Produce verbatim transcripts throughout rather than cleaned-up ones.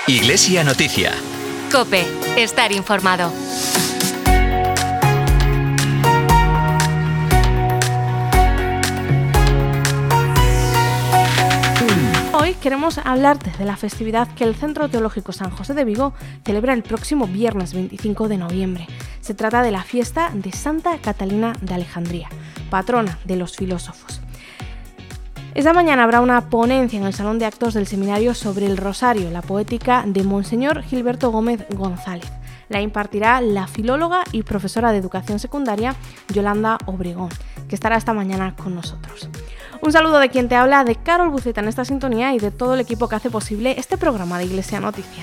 Iglesia Noticia. COPE. Estar informado. Hoy queremos hablarte de la festividad que el Centro Teológico San José de Vigo celebra el próximo viernes veinticinco de noviembre. Se trata de la fiesta de Santa Catalina de Alejandría, patrona de los filósofos. Esta mañana habrá una ponencia en el Salón de Actos del Seminario sobre el Rosario, la poética de Monseñor Gilberto Gómez González. La impartirá la filóloga y profesora de educación secundaria Yolanda Obregón, que estará esta mañana con nosotros. Un saludo de quien te habla, de Carol Buceta en esta sintonía y de todo el equipo que hace posible este programa de Iglesia Noticia.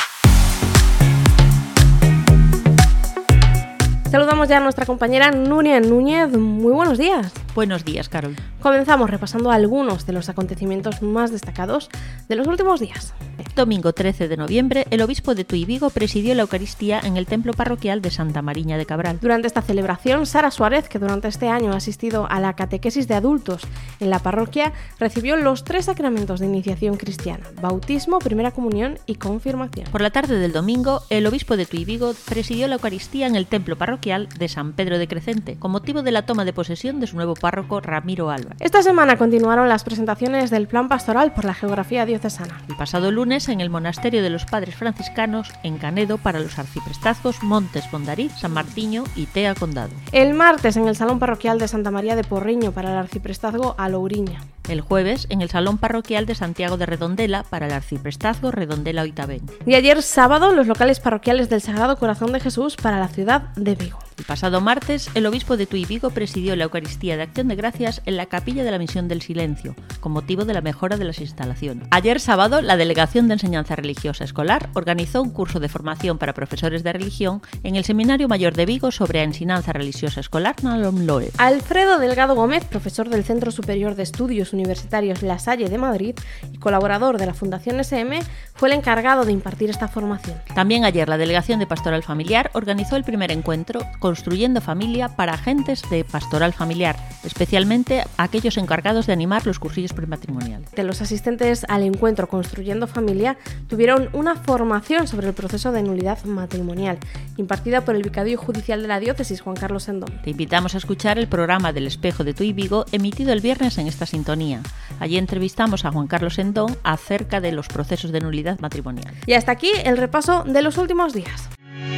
Saludamos ya a nuestra compañera Nuria Núñez. Muy buenos días. Buenos días, Carol. Comenzamos repasando algunos de los acontecimientos más destacados de los últimos días. Domingo trece de noviembre, el obispo de Tui Vigo presidió la Eucaristía en el templo parroquial de Santa Mariña de Cabral. Durante esta celebración, Sara Suárez, que durante este año ha asistido a la catequesis de adultos en la parroquia, recibió los tres sacramentos de iniciación cristiana: bautismo, primera comunión y confirmación. Por la tarde del domingo, el obispo de Tui Vigo presidió la Eucaristía en el templo parroquial de San Pedro de Crecente, con motivo de la toma de posesión de su nuevo párroco Ramiro Alba. Esta semana continuaron las presentaciones del plan pastoral por la geografía diocesana. El pasado lunes, en el monasterio de los Padres Franciscanos, en Canedo, para los arciprestazgos Montes Bondariz, San Martiño y Tea Condado. El martes, en el Salón Parroquial de Santa María de Porriño, para el arciprestazgo Alouriña. El jueves, en el Salón Parroquial de Santiago de Redondela, para el arciprestazgo Redondela Oitavén. Y ayer sábado, los locales parroquiales del Sagrado Corazón de Jesús para la ciudad de Vigo. El pasado martes, el obispo de Tui Vigo presidió la Eucaristía de Acción de Gracias en la Capilla de la Misión del Silencio, con motivo de la mejora de las instalaciones. Ayer sábado, la Delegación de Enseñanza Religiosa Escolar organizó un curso de formación para profesores de religión en el Seminario Mayor de Vigo sobre a ensinanza religiosa escolar na LOMLOE. Alfredo Delgado Gómez, profesor del Centro Superior de Estudios Universitarios La Salle de Madrid y colaborador de la Fundación S M, fue el encargado de impartir esta formación. También ayer la Delegación de Pastoral Familiar organizó el primer encuentro Construyendo Familia para agentes de pastoral familiar, especialmente aquellos encargados de animar los cursillos prematrimoniales. De los asistentes al encuentro Construyendo Familia tuvieron una formación sobre el proceso de nulidad matrimonial, impartida por el vicario judicial de la diócesis, Juan Carlos Sendón. Te invitamos a escuchar el programa del Espejo de Tui Vigo, emitido el viernes en esta sintonía. Allí entrevistamos a Juan Carlos Sendón acerca de los procesos de nulidad matrimonial. Y hasta aquí el repaso de los últimos días.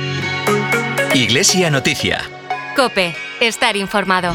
Iglesia Noticia. COPE. Estar informado.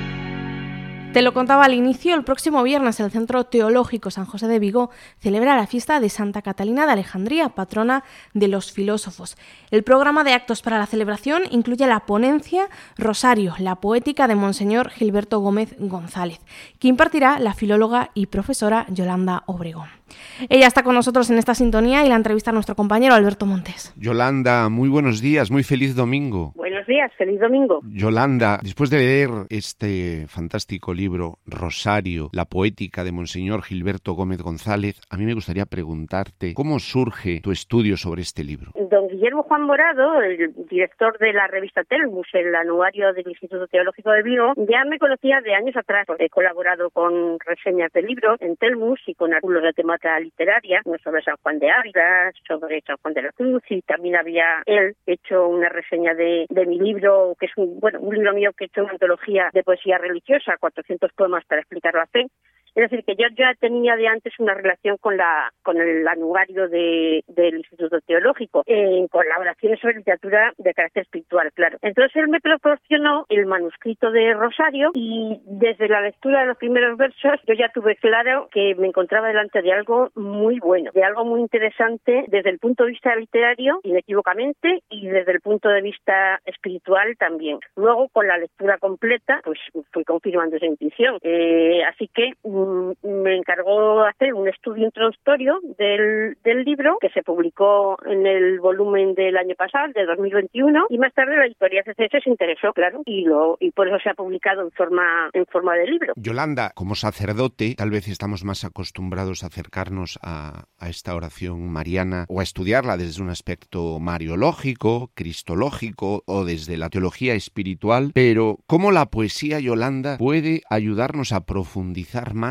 Te lo contaba al inicio, el próximo viernes el Centro Teológico San José de Vigo celebra la fiesta de Santa Catalina de Alejandría, patrona de los filósofos. El programa de actos para la celebración incluye la ponencia Rosario, la poética de Monseñor Gilberto Gómez González, que impartirá la filóloga y profesora Yolanda Obregón. Ella está con nosotros en esta sintonía y la entrevista a nuestro compañero Alberto Montes. Yolanda, muy buenos días, muy feliz domingo. Buenos días, feliz domingo. Yolanda, después de leer este fantástico libro, Rosario, la poética de Monseñor Gilberto Gómez González, a mí me gustaría preguntarte, ¿cómo surge tu estudio sobre este libro? Don Guillermo Juan Morado, el director de la revista Telmus, el anuario del Instituto Teológico de Vigo, ya me conocía de años atrás. He colaborado con reseñas de libros en Telmus y con artículos de temática literaria, sobre San Juan de Ávila, sobre San Juan de la Cruz, y también había él hecho una reseña de, de mi libro, que es un, bueno, un libro mío que he hecho una antología de poesía religiosa, cuatrocientos poemas para explicar la fe. Es decir, que yo ya tenía de antes una relación con la con el anuario de, del Instituto Teológico, en colaboraciones sobre literatura de carácter espiritual, claro. Entonces él me proporcionó el manuscrito de Rosario y desde la lectura de los primeros versos yo ya tuve claro que me encontraba delante de algo muy bueno, de algo muy interesante desde el punto de vista literario, inequívocamente, y desde el punto de vista espiritual también. Luego, con la lectura completa, pues fui confirmando esa intuición. Eh, así que me encargó hacer un estudio introductorio del, del libro, que se publicó en el volumen del año pasado, de dos mil veintiuno, y más tarde la editorial C C S se interesó, claro, y lo y por eso se ha publicado en forma en forma de libro. Yolanda, como sacerdote, tal vez estamos más acostumbrados a acercarnos a, a esta oración mariana o a estudiarla desde un aspecto mariológico, cristológico o desde la teología espiritual, pero ¿cómo la poesía, Yolanda, puede ayudarnos a profundizar más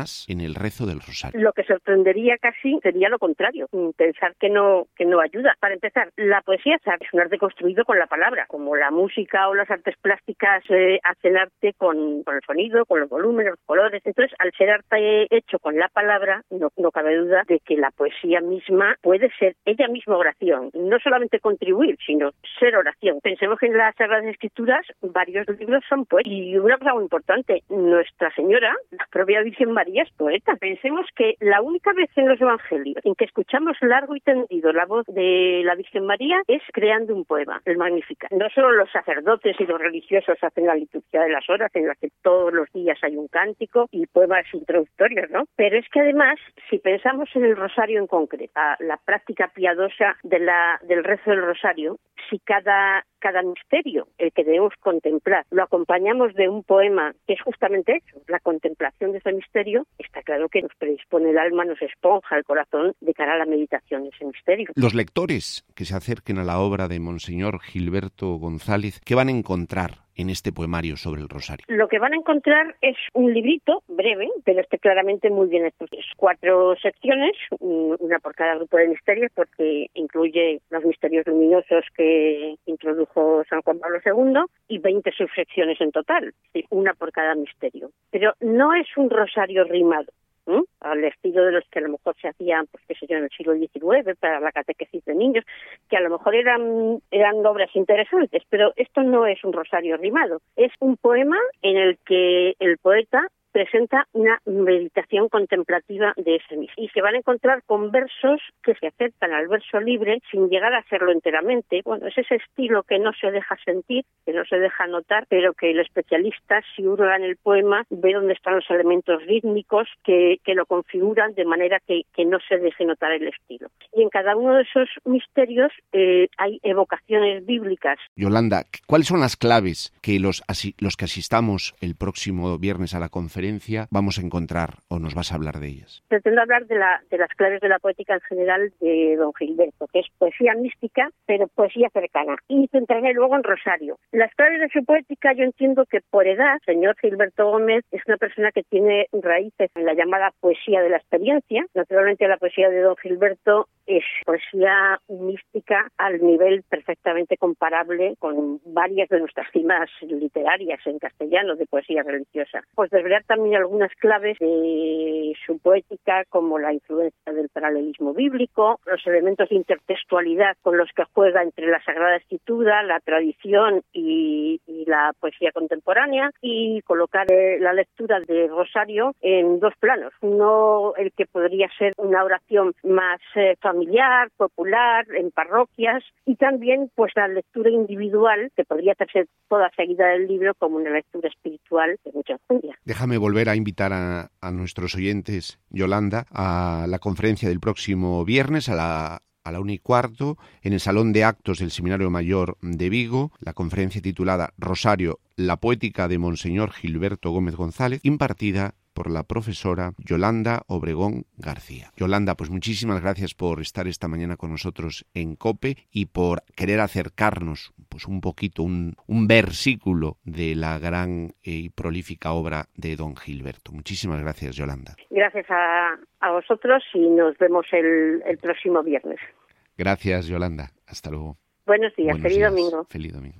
más en el rezo del rosario. Lo que sorprendería casi sería lo contrario, pensar que no que no ayuda. Para empezar, la poesía es un arte construido con la palabra, como la música o las artes plásticas eh, hacen arte con, con el sonido, con los volúmenes, los colores. Entonces, al ser arte hecho con la palabra, no, no cabe duda de que la poesía misma puede ser ella misma oración, no solamente contribuir, sino ser oración. Pensemos que en las Sagradas Escrituras varios libros son poetas. Y una cosa muy importante, Nuestra Señora, la propia Virgen María, es poeta. Pensemos que la única vez en los Evangelios en que escuchamos largo y tendido la voz de la Virgen María es creando un poema, el Magnificat. No solo los sacerdotes y los religiosos hacen la liturgia de las horas, en la que todos los días hay un cántico y poemas introductorios, ¿no? Pero es que además, si pensamos en el rosario en concreto, la práctica piadosa de la, del rezo del rosario, si cada cada misterio, el que debemos contemplar, lo acompañamos de un poema que es justamente eso, la contemplación de ese misterio, está claro que nos predispone el alma, nos esponja el corazón de cara a la meditación de ese misterio. Los lectores que se acerquen a la obra de Monseñor Gilberto González, ¿qué van a encontrar en este poemario sobre el rosario? Lo que van a encontrar es un librito breve, pero este claramente muy bien estudiado. Cuatro secciones, una por cada grupo de misterios, porque incluye los misterios luminosos que introdujo San Juan Pablo segundo y veinte subsecciones en total, una por cada misterio. Pero no es un rosario rimado, ¿eh? Al estilo de los que a lo mejor se hacían, pues qué sé yo, en el siglo diecinueve para la catequesis de niños, que a lo mejor eran eran obras interesantes, pero esto no es un rosario rimado, es un poema en el que el poeta presenta una meditación contemplativa de ese mismo. Y se van a encontrar con versos que se acercan al verso libre sin llegar a hacerlo enteramente. Bueno, es ese estilo que no se deja sentir, que no se deja notar, pero que el especialista, si hurga en el poema, ve dónde están los elementos rítmicos que, que lo configuran de manera que, que no se deje notar el estilo. Y en cada uno de esos misterios eh, hay evocaciones bíblicas. Yolanda, ¿cuáles son las claves que los, asi- los que asistamos el próximo viernes a la conferencia vamos a encontrar o nos vas a hablar de ellas? Pretendo hablar de, la, de las claves de la poética en general de don Gilberto, que es poesía mística, pero poesía cercana. Y centraré luego en Rosario. Las claves de su poética, yo entiendo que por edad, señor Gilberto Gómez es una persona que tiene raíces en la llamada poesía de la experiencia. Naturalmente la poesía de don Gilberto es poesía mística al nivel perfectamente comparable con varias de nuestras cimas literarias en castellano de poesía religiosa. Pues desvelar también algunas claves de su poética, como la influencia del paralelismo bíblico, los elementos de intertextualidad con los que juega entre la Sagrada Escritura, la tradición y, y la poesía contemporánea, y colocar eh, la lectura de Rosario en dos planos. Uno, el que podría ser una oración más eh, familiar, popular, en parroquias, y también pues la lectura individual, que podría hacerse toda seguida del libro como una lectura espiritual de mucha enjundia. Déjame volver a invitar a, a nuestros oyentes, Yolanda, a la conferencia del próximo viernes a la a la una y cuarto, en el Salón de Actos del Seminario Mayor de Vigo, la conferencia titulada Rosario, la poética de Monseñor Gilberto Gómez González, impartida por la profesora Yolanda Obregón García. Yolanda, pues muchísimas gracias por estar esta mañana con nosotros en COPE y por querer acercarnos pues un poquito, un, un versículo de la gran y prolífica obra de don Gilberto. Muchísimas gracias, Yolanda. Gracias a, a vosotros y nos vemos el, el próximo viernes. Gracias, Yolanda. Hasta luego. Buenos días. Buenos Feliz días. domingo. Feliz domingo.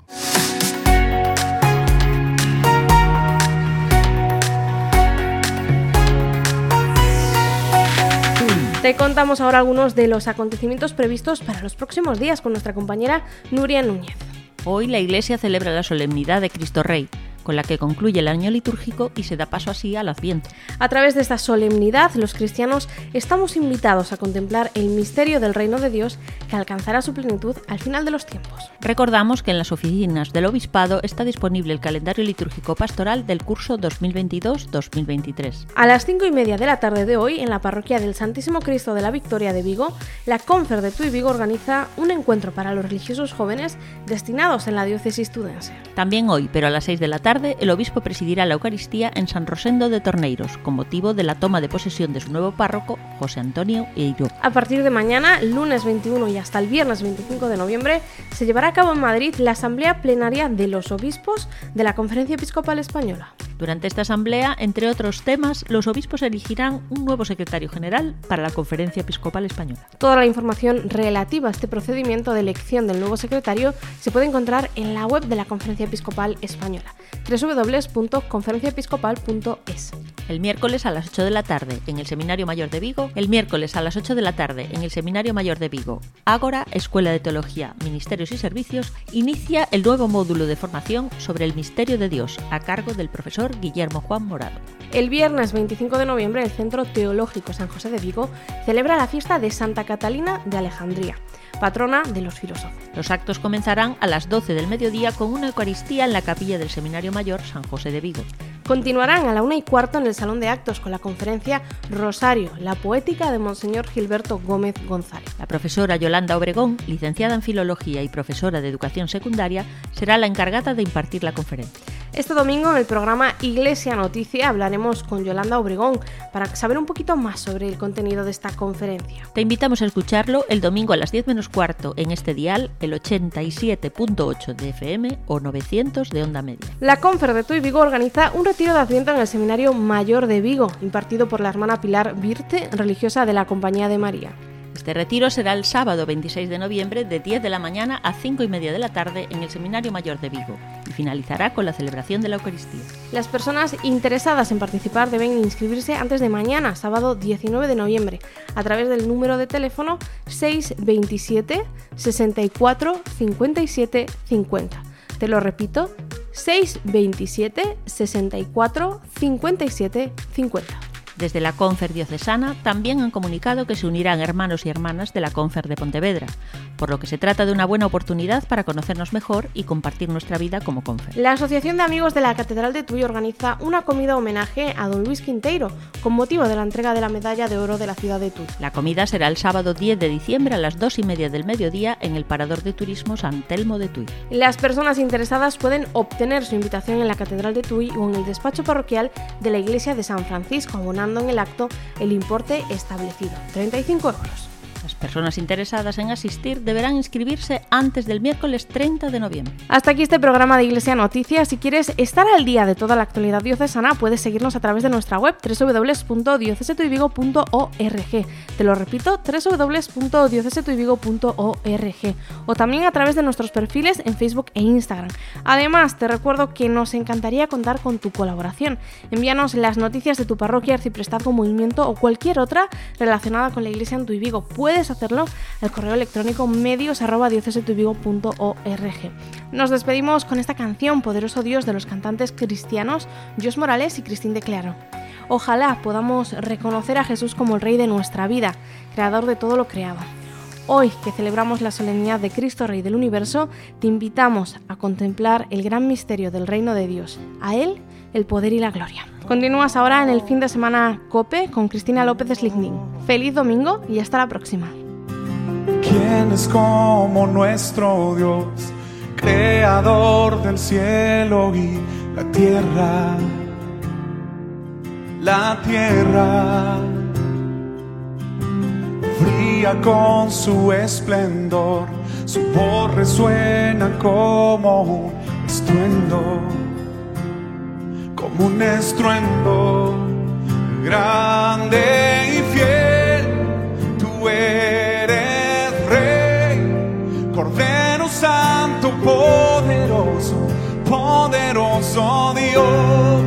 Te contamos ahora algunos de los acontecimientos previstos para los próximos días con nuestra compañera Nuria Núñez. Hoy la Iglesia celebra la solemnidad de Cristo Rey, con la que concluye el año litúrgico y se da paso así al Adviento. A través de esta solemnidad, los cristianos estamos invitados a contemplar el misterio del reino de Dios que alcanzará su plenitud al final de los tiempos. Recordamos que en las oficinas del Obispado está disponible el calendario litúrgico pastoral del curso dos mil veintidós dos mil veintitrés. A las cinco y media de la tarde de hoy, en la parroquia del Santísimo Cristo de la Victoria de Vigo, la Confer de Tuy Vigo organiza un encuentro para los religiosos jóvenes destinados en la diócesis tudense. También hoy, pero a las seis de la tarde, el obispo presidirá la Eucaristía en San Rosendo de Torneiros, con motivo de la toma de posesión de su nuevo párroco, José Antonio Eiro. A partir de mañana, lunes veintiuno y hasta el viernes veinticinco de noviembre, se llevará a cabo en Madrid la Asamblea Plenaria de los Obispos de la Conferencia Episcopal Española. Durante esta asamblea, entre otros temas, los obispos elegirán un nuevo secretario general para la Conferencia Episcopal Española. Toda la información relativa a este procedimiento de elección del nuevo secretario se puede encontrar en la web de la Conferencia Episcopal Española, doble u doble u doble u punto conferencia episcopal punto es. El miércoles a las ocho de la tarde en el Seminario Mayor de Vigo, el miércoles a las ocho de la tarde en el Seminario Mayor de Vigo, Ágora, Escuela de Teología, Ministerios y Servicios, inicia el nuevo módulo de formación sobre el misterio de Dios a cargo del profesor Guillermo Juan Morado. El viernes veinticinco de noviembre, el Centro Teológico San José de Vigo celebra la fiesta de Santa Catalina de Alejandría, patrona de los filósofos. Los actos comenzarán a las doce del mediodía con una Eucaristía en la capilla del Seminario Mayor San José de Vigo. Continuarán a la una y cuarto en el Salón de Actos con la conferencia Rosario, la poética de Monseñor Gilberto Gómez González. La profesora Yolanda Obregón, licenciada en Filología y profesora de Educación Secundaria, será la encargada de impartir la conferencia. Este domingo en el programa Iglesia Noticia hablaremos con Yolanda Obregón para saber un poquito más sobre el contenido de esta conferencia. Te invitamos a escucharlo el domingo a las diez menos cuarto en este dial, el ochenta y siete punto ocho de F M o novecientos de onda media. La Confer de Tuy Vigo organiza un retiro de Adviento en el Seminario Mayor de Vigo, impartido por la hermana Pilar Virte, religiosa de la Compañía de María. Este retiro será el sábado veintiséis de noviembre de diez de la mañana a cinco y media de la tarde en el Seminario Mayor de Vigo y finalizará con la celebración de la Eucaristía. Las personas interesadas en participar deben inscribirse antes de mañana, sábado diecinueve de noviembre, a través del número de teléfono seis veintisiete, sesenta y cuatro, cincuenta y siete, cincuenta. Te lo repito, seis veintisiete, sesenta y cuatro, cincuenta y siete, cincuenta. Desde la Confer Diocesana también han comunicado que se unirán hermanos y hermanas de la Confer de Pontevedra, por lo que se trata de una buena oportunidad para conocernos mejor y compartir nuestra vida como Confer. La Asociación de Amigos de la Catedral de Tuy organiza una comida homenaje a don Luis Quinteiro, con motivo de la entrega de la Medalla de Oro de la ciudad de Tuy. La comida será el sábado diez de diciembre a las dos y media del mediodía en el Parador de Turismo San Telmo de Tuy. Las personas interesadas pueden obtener su invitación en la Catedral de Tuy o en el despacho parroquial de la Iglesia de San Francisco, abonando en el acto el importe establecido, treinta y cinco euros. Las personas interesadas en asistir deberán inscribirse antes del miércoles treinta de noviembre. Hasta aquí este programa de Iglesia Noticias. Si quieres estar al día de toda la actualidad diocesana, puedes seguirnos a través de nuestra web doble u doble u doble u punto diocesetuyvigo punto org. Te lo repito, doble u doble u doble u punto diocesetuyvigo punto org. O también a través de nuestros perfiles en Facebook e Instagram. Además, te recuerdo que nos encantaría contar con tu colaboración. Envíanos las noticias de tu parroquia, arciprestazgo, movimiento o cualquier otra relacionada con la Iglesia en Tuy Vigo. Puedes hacerlo al correo electrónico medios arroba diocesetuyvigo punto org. Nos despedimos con esta canción, Poderoso Dios, de los cantantes cristianos Jos Morales y Cristín de Claro. Ojalá podamos reconocer a Jesús como el Rey de nuestra vida, creador de todo lo creado. Hoy, que celebramos la solemnidad de Cristo Rey del Universo, te invitamos a contemplar el gran misterio del reino de Dios. A Él, el poder y la gloria. Continúas ahora en el fin de semana COPE con Cristina López de Sligning. Feliz domingo y hasta la próxima. ¿Quién es como nuestro Dios, creador del cielo y la tierra? La tierra brilla con su esplendor, su voz resuena como un estruendo, como un estruendo grande y fiel. Tú eres Rey, Cordero Santo, poderoso, poderoso Dios,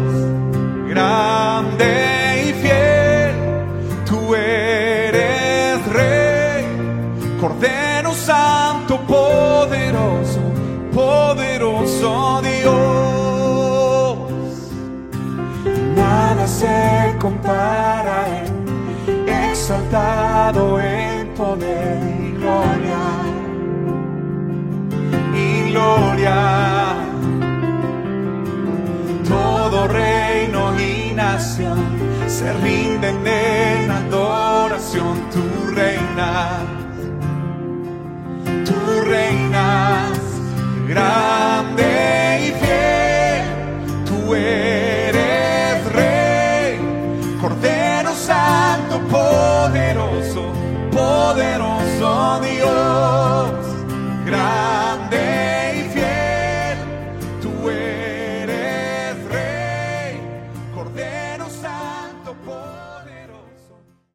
grande y fiel. Tú eres Rey, Cordero Santo, poderoso, poderoso Dios. Nada se compara a Él, exaltado en poder y gloria, y gloria. Todo reino y nación se rinden en adoración. Tú reinas, tú reinas, grande y fiel. Tú eres Rey, Cordero Santo, poder. poderoso Dios.